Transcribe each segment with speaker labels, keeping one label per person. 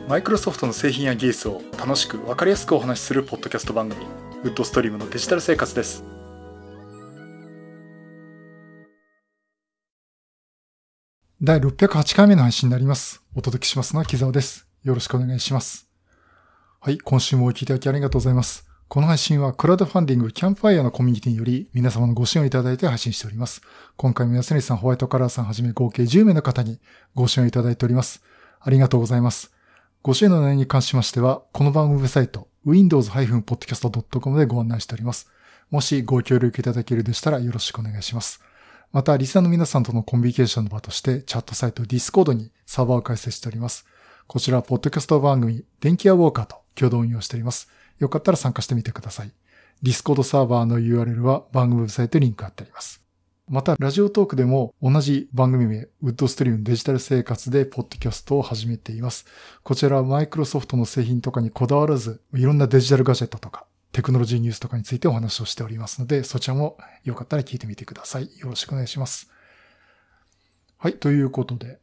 Speaker 1: マイクロソフトの製品や技術を楽しく分かりやすくお話しするポッドキャスト番組、ウッドストリームのデジタル生活です。第608回目の配信になります。お届けしますのは木澤です。よろしくお願いします。はい、今週もお聞きいただきありがとうございます。この配信はクラウドファンディングキャンプファイヤーのコミュニティにより皆様のご支援をいただいて配信しております。今回も安根さん、ホワイトカラーさんはじめ合計10名の方にご支援をいただいております。ありがとうございます。ご支援の内容に関しましては、この番組ウェブサイト windows-podcast.com でご案内しております。もしご協力いただけるでしたらよろしくお願いします。また、リスナーの皆さんとのコミュニケーションの場として、チャットサイト Discord にサーバーを開設しております。こちら、ポッドキャスト番組、電気屋ウォーカーと共同運用しております。よかったら参加してみてください。Discord サーバーの URL は番組ウェブサイトにリンク貼ってあります。また、ラジオトークでも同じ番組名、ウッドストリームデジタル生活でポッドキャストを始めています。こちらはマイクロソフトの製品とかにこだわらず、いろんなデジタルガジェットとか、テクノロジーニュースとかについてお話をしておりますので、そちらもよかったら聞いてみてください。よろしくお願いします。はい、ということで。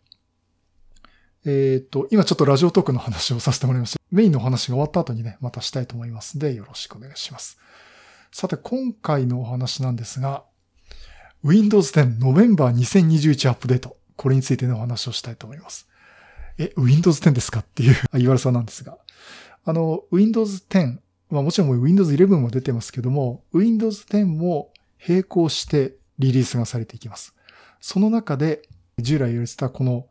Speaker 1: 今ちょっとラジオトークの話をさせてもらいました。メインのお話が終わった後にね、またしたいと思いますので、よろしくお願いします。さて、今回のお話なんですが、Windows 10 November 2021アップデート。これについてのお話をしたいと思います。Windows 10ですかっていう言われそうなんですが。Windows 10、もちろんWindows 11も出てますけども、Windows 10も並行してリリースがされていきます。その中で、従来言われてたこの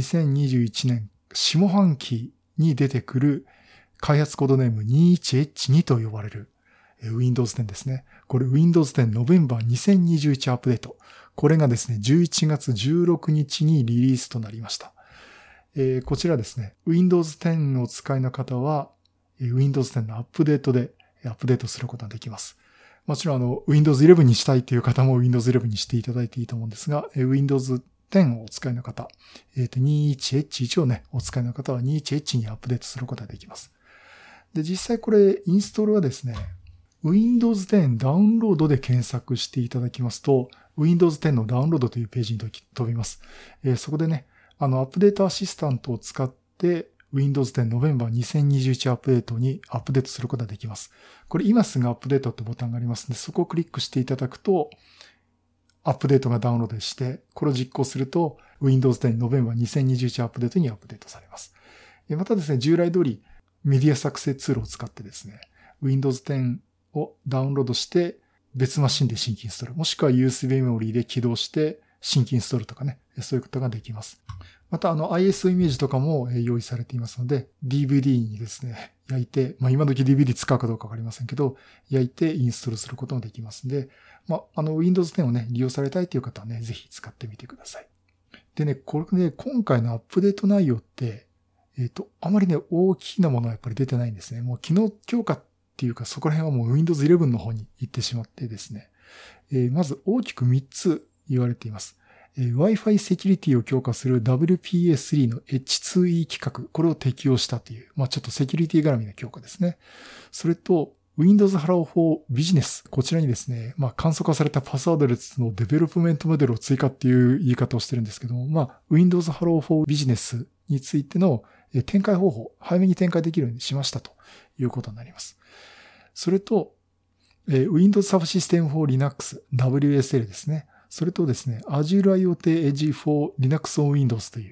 Speaker 1: 2021年下半期に出てくる開発コードネーム 21H2 と呼ばれるWindows 10ですね。これ Windows 10 November 2021アップデート。これがですね、11月16日にリリースとなりました。こちらですね、Windows 10をお使いの方は Windows 10のアップデートでアップデートすることができます。もちろんWindows 11にしたいという方も Windows 11にしていただいていいと思うんですが、Windows 10をお使いの方、21H1 をね、お使いの方は 21H にアップデートすることができます。で、実際これ、インストールはですね、Windows 10ダウンロードで検索していただきますと、Windows 10のダウンロードというページに飛びます。そこでね、アップデートアシスタントを使って、Windows 10 November 2021アップデートにアップデートすることができます。これ今すぐアップデートってボタンがありますので、そこをクリックしていただくと、アップデートがダウンロードして、これを実行すると Windows 10 November 2021アップデートにアップデートされます。またですね、従来通りメディア作成ツールを使ってですね、Windows 10をダウンロードして別マシンで新規インストール、もしくは USB メモリーで起動して新規インストールとかね、そういうことができます。またISO イメージとかも用意されていますので、DVD にですね、焼いて、今時 DVD 使うかどうかわかりませんけど、焼いてインストールすることもできますので、Windows 10をね、利用されたいという方はね、ぜひ使ってみてください。でね、これね、今回のアップデート内容って、あまりね、大きなものはやっぱり出てないんですね。もう機能強化っていうか、そこら辺はもう Windows 11の方に行ってしまってですね。まず大きく3つ言われています。Wi-Fi セキュリティを強化する WPA3 の H2E 規格、これを適用したという、ちょっとセキュリティ絡みの強化ですね。それと、Windows Hello for Business。こちらにですね、簡素化されたパスワード列のデベロップメントモデルを追加っていう言い方をしてるんですけども、Windows Hello for Business についての展開方法、早めに展開できるようにしましたということになります。それと、Windows Subsystem for Linux、WSL ですね。それとですね、Azure IoT Edge for Linux on Windows という、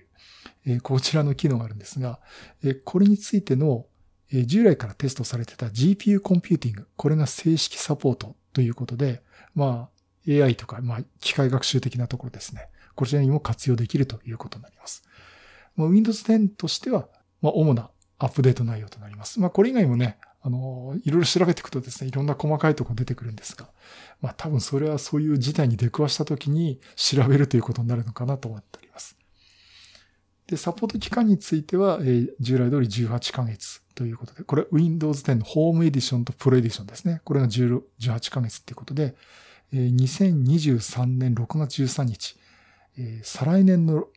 Speaker 1: こちらの機能があるんですが、これについての従来からテストされてた GPU コンピューティング、これが正式サポートということで、AI とか、機械学習的なところですね。こちらにも活用できるということになります。Windows 10としては、主なアップデート内容となります。これ以外もね、いろいろ調べていくとですね、いろんな細かいところ出てくるんですが、多分それはそういう事態に出くわしたときに調べるということになるのかなと思っております。で、サポート期間については、従来通り18ヶ月ということで、これ Windows 10のホームエディションとプロエディションですね。これが18ヶ月ということで、2023年6月13日、再来年の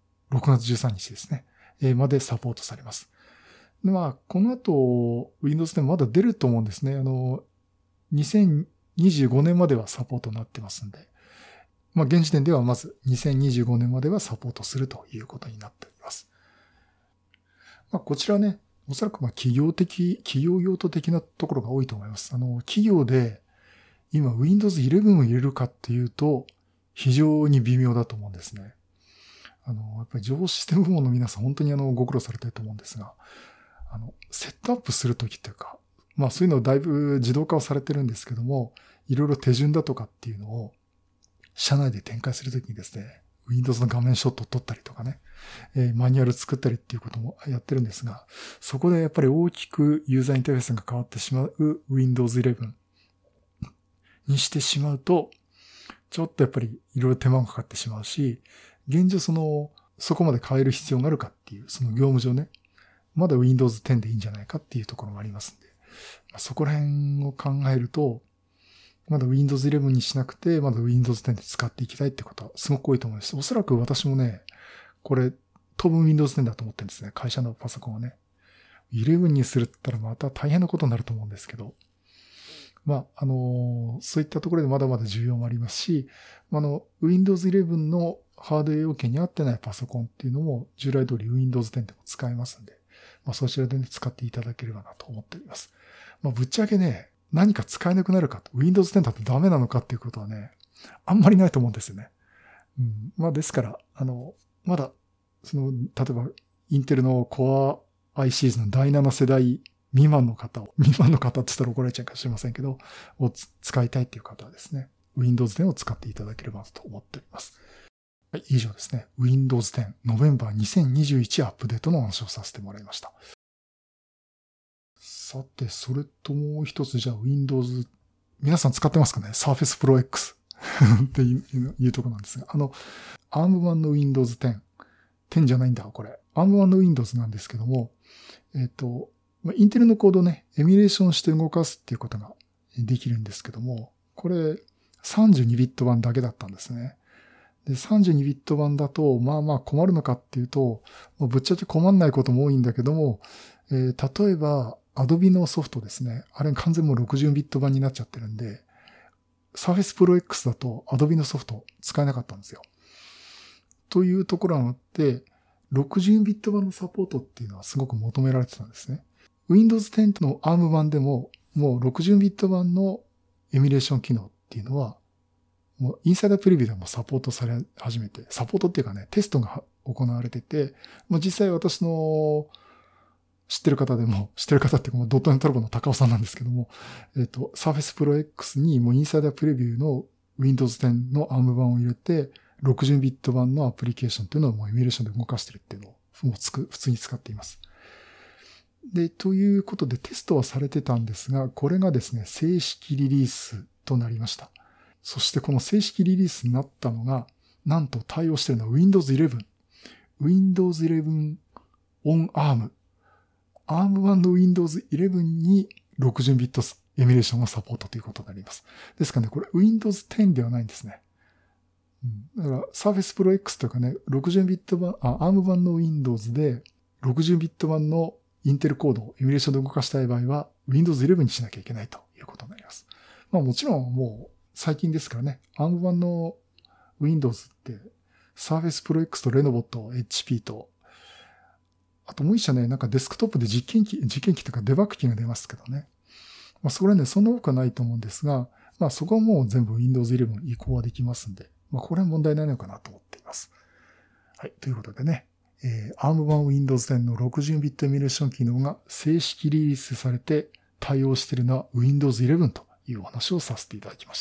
Speaker 1: 6月13日ですね、までサポートされます。でこの後、Windows 10まだ出ると思うんですね。2025年まではサポートになってますんで、現時点ではまず2025年まではサポートするということになっております。 こちらね、おそらく企業用途的なところが多いと思います。企業で今 Windows 11を入れるかっていうと、非常に微妙だと思うんですね。やっぱり情報システム部門の皆さん本当にご苦労されてると思うんですが、セットアップするときっていうか、そういうのだいぶ自動化はされてるんですけども、いろいろ手順だとかっていうのを、社内で展開するときにですね、Windows の画面ショットを撮ったりとかね、マニュアル作ったりっていうこともやってるんですが、そこでやっぱり大きくユーザーインターフェースが変わってしまう Windows 11にしてしまうと、ちょっとやっぱりいろいろ手間がかかってしまうし、現状そこまで変える必要があるかっていう、その業務上ね、まだ Windows 10でいいんじゃないかっていうところもありますんで、そこら辺を考えると、まだ Windows 11にしなくて、まだ Windows 10で使っていきたいってことはすごく多いと思います。おそらく私もね、これ、当分 Windows 10だと思ってるんですね。会社のパソコンをね。11にするって言ったらまた大変なことになると思うんですけど、そういったところでまだまだ需要もありますし、Windows 11のハードウェア要件に合ってないパソコンっていうのも従来通り Windows 10でも使えますんで、そちらでね、使っていただければなと思っております。ぶっちゃけね、何か使えなくなるかと、Windows 10だとダメなのかっていうことはね、あんまりないと思うんですよね。ですから、まだ、例えば、インテルの Core ICs の第7世代未満の方って言ったら怒られちゃうかもしれませんけど、を使いたいっていう方はですね、Windows 10を使っていただければと思っております。はい、以上ですね。Windows 10 November 2021アップデートのお話をさせてもらいました。さて、それともう一つ、じゃあ Windows、皆さん使ってますかね？ Surface Pro X っていうところなんですが、ARM 版の Windows 10。10じゃないんだ、これ。ARM 版の Windows なんですけども、インテルのコードをね、エミュレーションして動かすっていうことができるんですけども、これ32ビット版だけだったんですね。で、32ビット版だと、困るのかっていうと、ぶっちゃけ困んないことも多いんだけども、例えば、Adobe のソフトですね。あれ完全もう60ビット版になっちゃってるんで、Surface Pro X だと Adobe のソフト使えなかったんですよ。というところがあって、60ビット版のサポートっていうのはすごく求められてたんですね。Windows 10の ARM 版でも、もう60ビット版のエミュレーション機能っていうのは、もうインサイダープレビューでもサポートされ始めて、サポートっていうかね、テストが行われてて、もう実際私の知ってる方っていうかもうドットネットラボの高尾さんなんですけども、Surface Pro X にもうインサイダープレビューの Windows 10の ARM 版を入れて、60ビット版のアプリケーションっていうのをもうエミュレーションで動かしてるっていうのをもう普通に使っています。で、ということでテストはされてたんですが、これがですね、正式リリースとなりました。そしてこの正式リリースになったのが、なんと対応しているのは Windows 11。Windows 11 on ARM。ARM 版の Windows 11に60ビットエミュレーションがサポートということになります。ですからね、これ Windows 10ではないんですね。だから Surface Pro X とかね、60ビット版、ARM 版の Windows で60ビット版のインテルコードをエミュレーションで動かしたい場合は Windows 11にしなきゃいけないということになります。もちろんもう最近ですからね、ARM 版の Windows って Surface Pro X と Lenovo と HP と、あともう一社ね、なんかデスクトップで実験機というかデバッグ機が出ますけどね。それね、そんな多くはないと思うんですが、そこはもう全部 Windows 11移行はできますんで、これは問題ないのかなと思っています。はい、ということでね、ARM 版 Windows 10の60ビットエミュレーション機能が正式リリースされて対応しているのは Windows 11というお話をさせていただきました。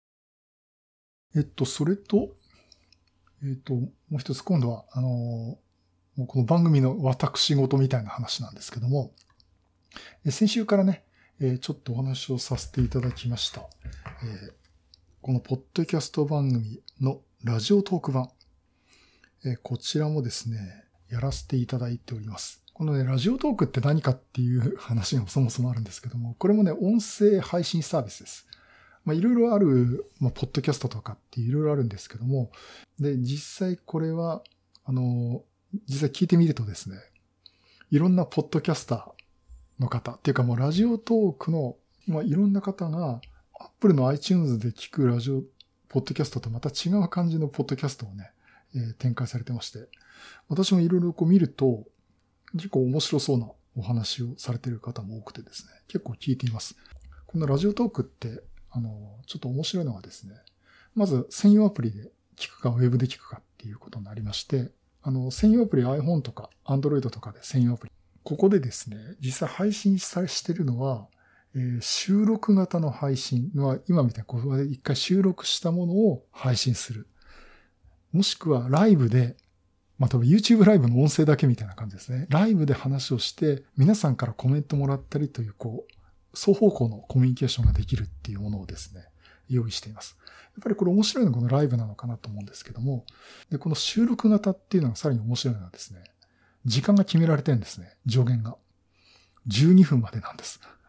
Speaker 1: それと、もう一つ今度は、もうこの番組の私事みたいな話なんですけども、先週からね、ちょっとお話をさせていただきました。このポッドキャスト番組のラジオトーク版、こちらもですね、やらせていただいております。このね、ラジオトークって何かっていう話がそもそもあるんですけども、これもね、音声配信サービスです。いろいろある、ポッドキャストとかっていろいろあるんですけども、で、実際これは、実際聞いてみるとですね、いろんなポッドキャスターの方、っていうかもうラジオトークの、いろんな方が、Apple の iTunes で聞くラジオ、ポッドキャストとまた違う感じのポッドキャストをね、展開されてまして、私もいろいろ見ると、 結構面白そうなお話をされている方も多くてですね、結構聞いています。このラジオトークって、ちょっと面白いのがですね、まず専用アプリで聞くか、ウェブで聞くかっていうことになりまして、専用アプリ iPhone とか Android とかで専用アプリ。ここでですね、実際配信してるのは、収録型の配信は、今みたいにここで一回収録したものを配信する。もしくはライブで、例えば YouTube ライブの音声だけみたいな感じですね。ライブで話をして、皆さんからコメントもらったりという、双方向のコミュニケーションができるっていうものをですね、用意しています。やっぱりこれ面白いのはこのライブなのかなと思うんですけども、で、この収録型っていうのがさらに面白いのはですね、時間が決められてるんですね、上限が。12分までなんです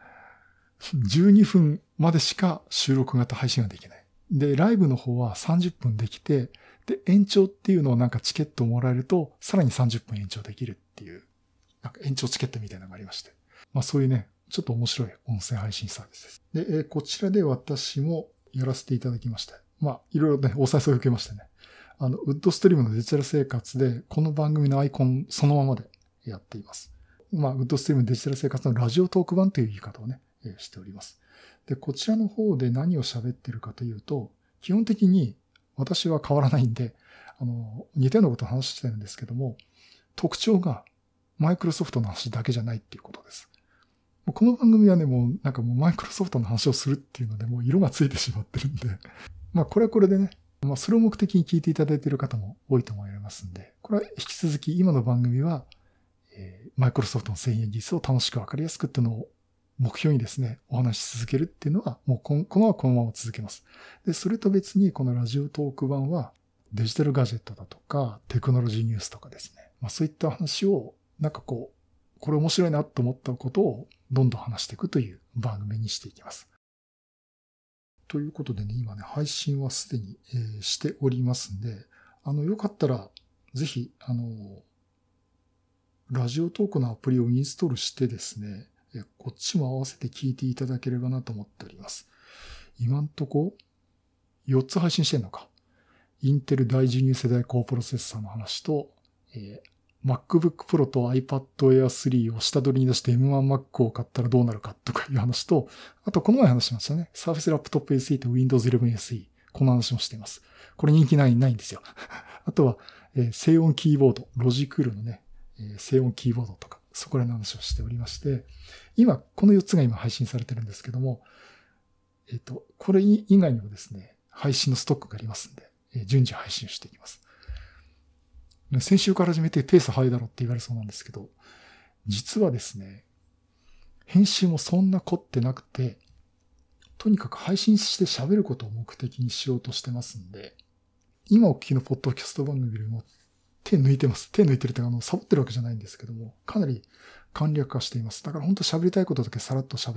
Speaker 1: 。12分までしか収録型配信ができない。で、ライブの方は30分できて、で、延長っていうのをなんかチケットをもらえると、さらに30分延長できるっていう、なんか延長チケットみたいなのがありまして。そういうね、ちょっと面白い音声配信サービスです。で、こちらで私もやらせていただきまして。いろいろね、お誘いを受けましてね。ウッドストリームのデジタル生活で、この番組のアイコンそのままでやっています。ウッドストリームデジタル生活のラジオトーク版という言い方をね、しております。で、こちらの方で何を喋ってるかというと、基本的に私は変わらないんで、似たようなことを話してるんですけども、特徴がマイクロソフトの話だけじゃないっていうことです。この番組はね、もうマイクロソフトの話をするっていうので、もう色がついてしまってるんで、これはこれでね、それを目的に聞いていただいている方も多いと思いますんで、これは引き続き今の番組は、マイクロソフトの製品技術を楽しくわかりやすくっていうのを目標にですね、お話し続けるっていうのは、もうこのまま続けます。で、それと別にこのラジオトーク版はデジタルガジェットだとか、テクノロジーニュースとかですね。そういった話を、これ面白いなと思ったことをどんどん話していくという番組にしていきます。ということでね、今ね、配信はすでに、しておりますんで、よかったら、ぜひ、ラジオトークのアプリをインストールしてですね、こっちも合わせて聞いていただければなと思っております。今んとこ、4つ配信してんのか。インテル第12世代高プロセッサーの話と、MacBook Pro と iPad Air 3を下取りに出して M1Mac を買ったらどうなるかとかいう話と、あとこの前話しましたね。Surface Laptop SE と Windows 11 SE。この話もしています。これ人気ないんですよ。あとは、静音キーボード、ロジクールのね、静音キーボードとか、そこらの話をしておりまして、今、この4つが今配信されてるんですけども、これ以外にもですね、配信のストックがありますんで、順次配信していきます。先週から始めてペース早いだろって言われそうなんですけど、実はですね、編集もそんな凝ってなくて、とにかく配信して喋ることを目的にしようとしてますんで、今お聞きのポッドキャスト番組よりも手抜いてます。手抜いてるってサボってるわけじゃないんですけども、かなり簡略化しています。だから本当喋りたいことだけさらっと喋って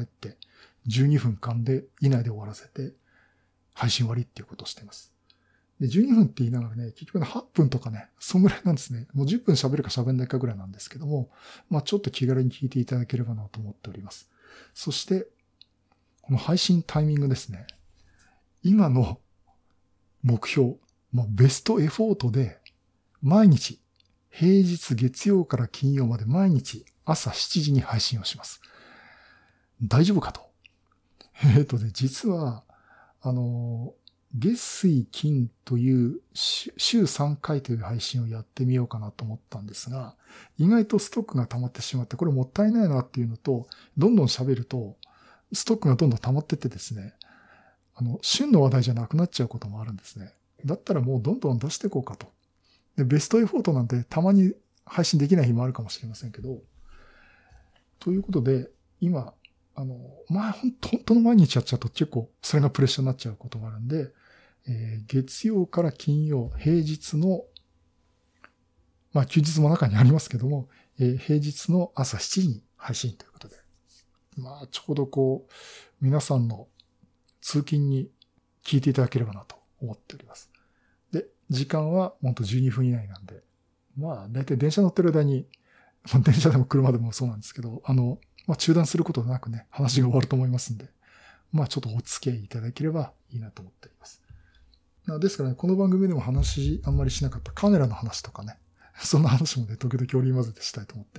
Speaker 1: 、12分間以内で終わらせて、配信終わりっていうことをしています。で、12分って言いながらね、結局ね、8分とかね、そんぐらいなんですね。もう10分喋るか喋んないかぐらいなんですけども、ちょっと気軽に聞いていただければなと思っております。そして、この配信タイミングですね。今の目標、ベストエフォートで、毎日、平日月曜から金曜まで毎日朝7時に配信をします。大丈夫かと。実は、月水金という週3回という配信をやってみようかなと思ったんですが、意外とストックが溜まってしまって、これもったいないなっていうのと、どんどん喋ると、ストックがどんどん溜まってってですね、旬の話題じゃなくなっちゃうこともあるんですね。だったらもうどんどん出していこうかと。で、ベストエフォートなんてたまに配信できない日もあるかもしれませんけど、ということで、今、本当の毎日やっちゃうと結構それがプレッシャーになっちゃうことがあるんで、月曜から金曜、平日の、休日も中にありますけども、平日の朝7時に配信ということで、ちょうど皆さんの通勤に聞いていただければなと思っております。で、時間は本当12分以内なんで、だいたい電車乗ってる間に、電車でも車でもそうなんですけど、中断することなくね、話が終わると思いますんで、ちょっとお付き合いいただければいいなと思っております。ですからね、この番組でも話あんまりしなかったカメラの話とかね、そんな話もね、時々織り交ぜてしたいと思っています。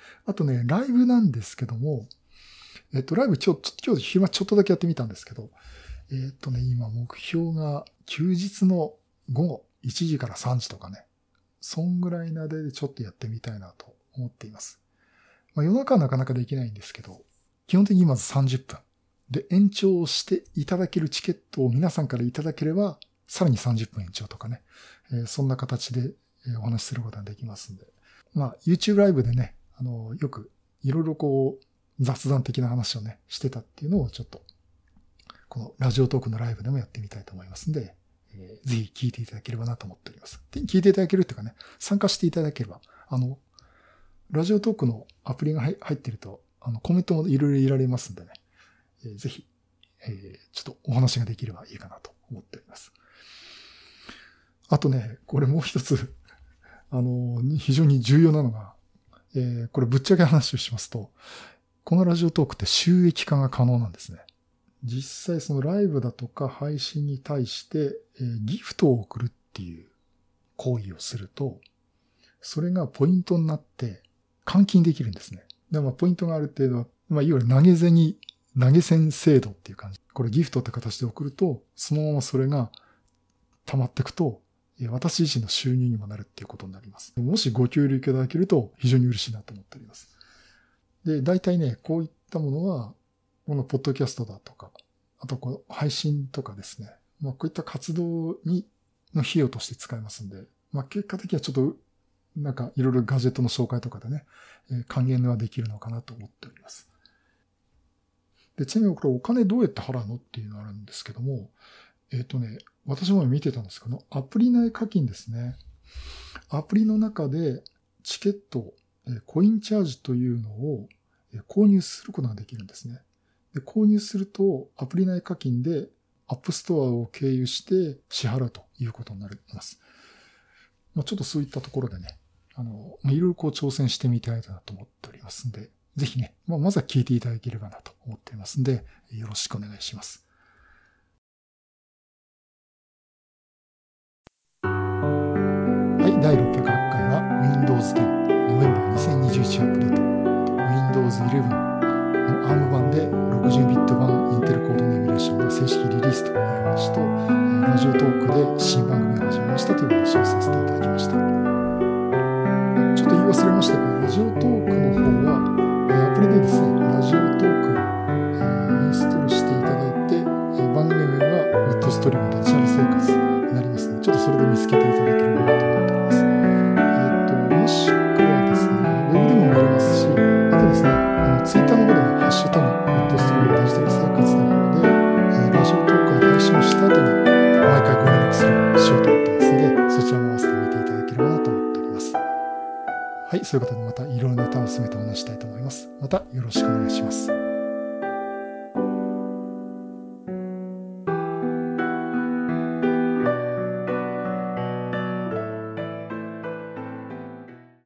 Speaker 1: あとね、ライブなんですけども、ライブ今日昼間ちょっとだけやってみたんですけど、今目標が休日の午後1時から3時とかね、そんぐらいなでちょっとやってみたいなと思っています。夜中はなかなかできないんですけど、基本的にまず30分。で、延長していただけるチケットを皆さんからいただければ、さらに30分延長とかね、そんな形でお話しすることができますんで。YouTube ライブでね、よくいろいろ雑談的な話をね、してたっていうのをちょっと、このラジオトークのライブでもやってみたいと思いますんで、ぜひ聞いていただければなと思っております。で、聞いていただけるっていうかね、参加していただければ、ラジオトークのアプリが入ってると、コメントもいろいろ入れられますんでね、ぜひ、ちょっとお話ができればいいかなと思っております。あとね、これもう一つ、非常に重要なのが、これぶっちゃけ話をしますと、このラジオトークって収益化が可能なんですね。実際そのライブだとか配信に対して、ギフトを送るっていう行為をすると、それがポイントになって換金できるんですね。でポイントがある程度、いわゆる投げ銭制度っていう感じ。これギフトって形で送ると、そのままそれが溜まっていくと、私自身の収入にもなるっていうことになります。もしご協力いただけると非常に嬉しいなと思っております。で、大体ね、こういったものは、このポッドキャストだとか、あと配信とかですね。こういった活動の費用として使えますんで、結果的にはちょっと、いろいろガジェットの紹介とかでね、還元はできるのかなと思っております。で、ちなみにこれお金どうやって払うのっていうのがあるんですけども、私も見てたんですけど、アプリ内課金ですね。アプリの中でチケット、コインチャージというのを購入することができるんですね。で、購入するとアプリ内課金でアップストアを経由して支払うということになります。ちょっとそういったところでね、いろいろ挑戦してみたいなと思っておりますんで、ぜひね、まずは聞いていただければなと思っていますんで、よろしくお願いします。はい、第608回は Windows 10 November 2021アップデート、Windows 11の ARM 版で60ビット版インテルコードネミュレーションが正式リリースという話と、ラジオトークで新番組が始めましたという話をさせていただきました。ちょっと言い忘れましたが、ラジオトークの方は、アプリでですね、ラジオトーク、インストールしていただいて、番組名はウッドストリームデジタル生活になりますので、ちょっとそれで見つけていただければなと思っております。もしくはですね、ウェブでも見れますし、あとですね、ツイッターの方でもハッシュタグ、ウッドストリームデジタル生活なので、ラジオトークの配信をした後に毎回ご連絡しようと思ってますので、そちらも合わせて見ていただければなと思っております。はい、そういうことでまたいろいろネタを進めてお話したいと思います。またよろしくお願いします。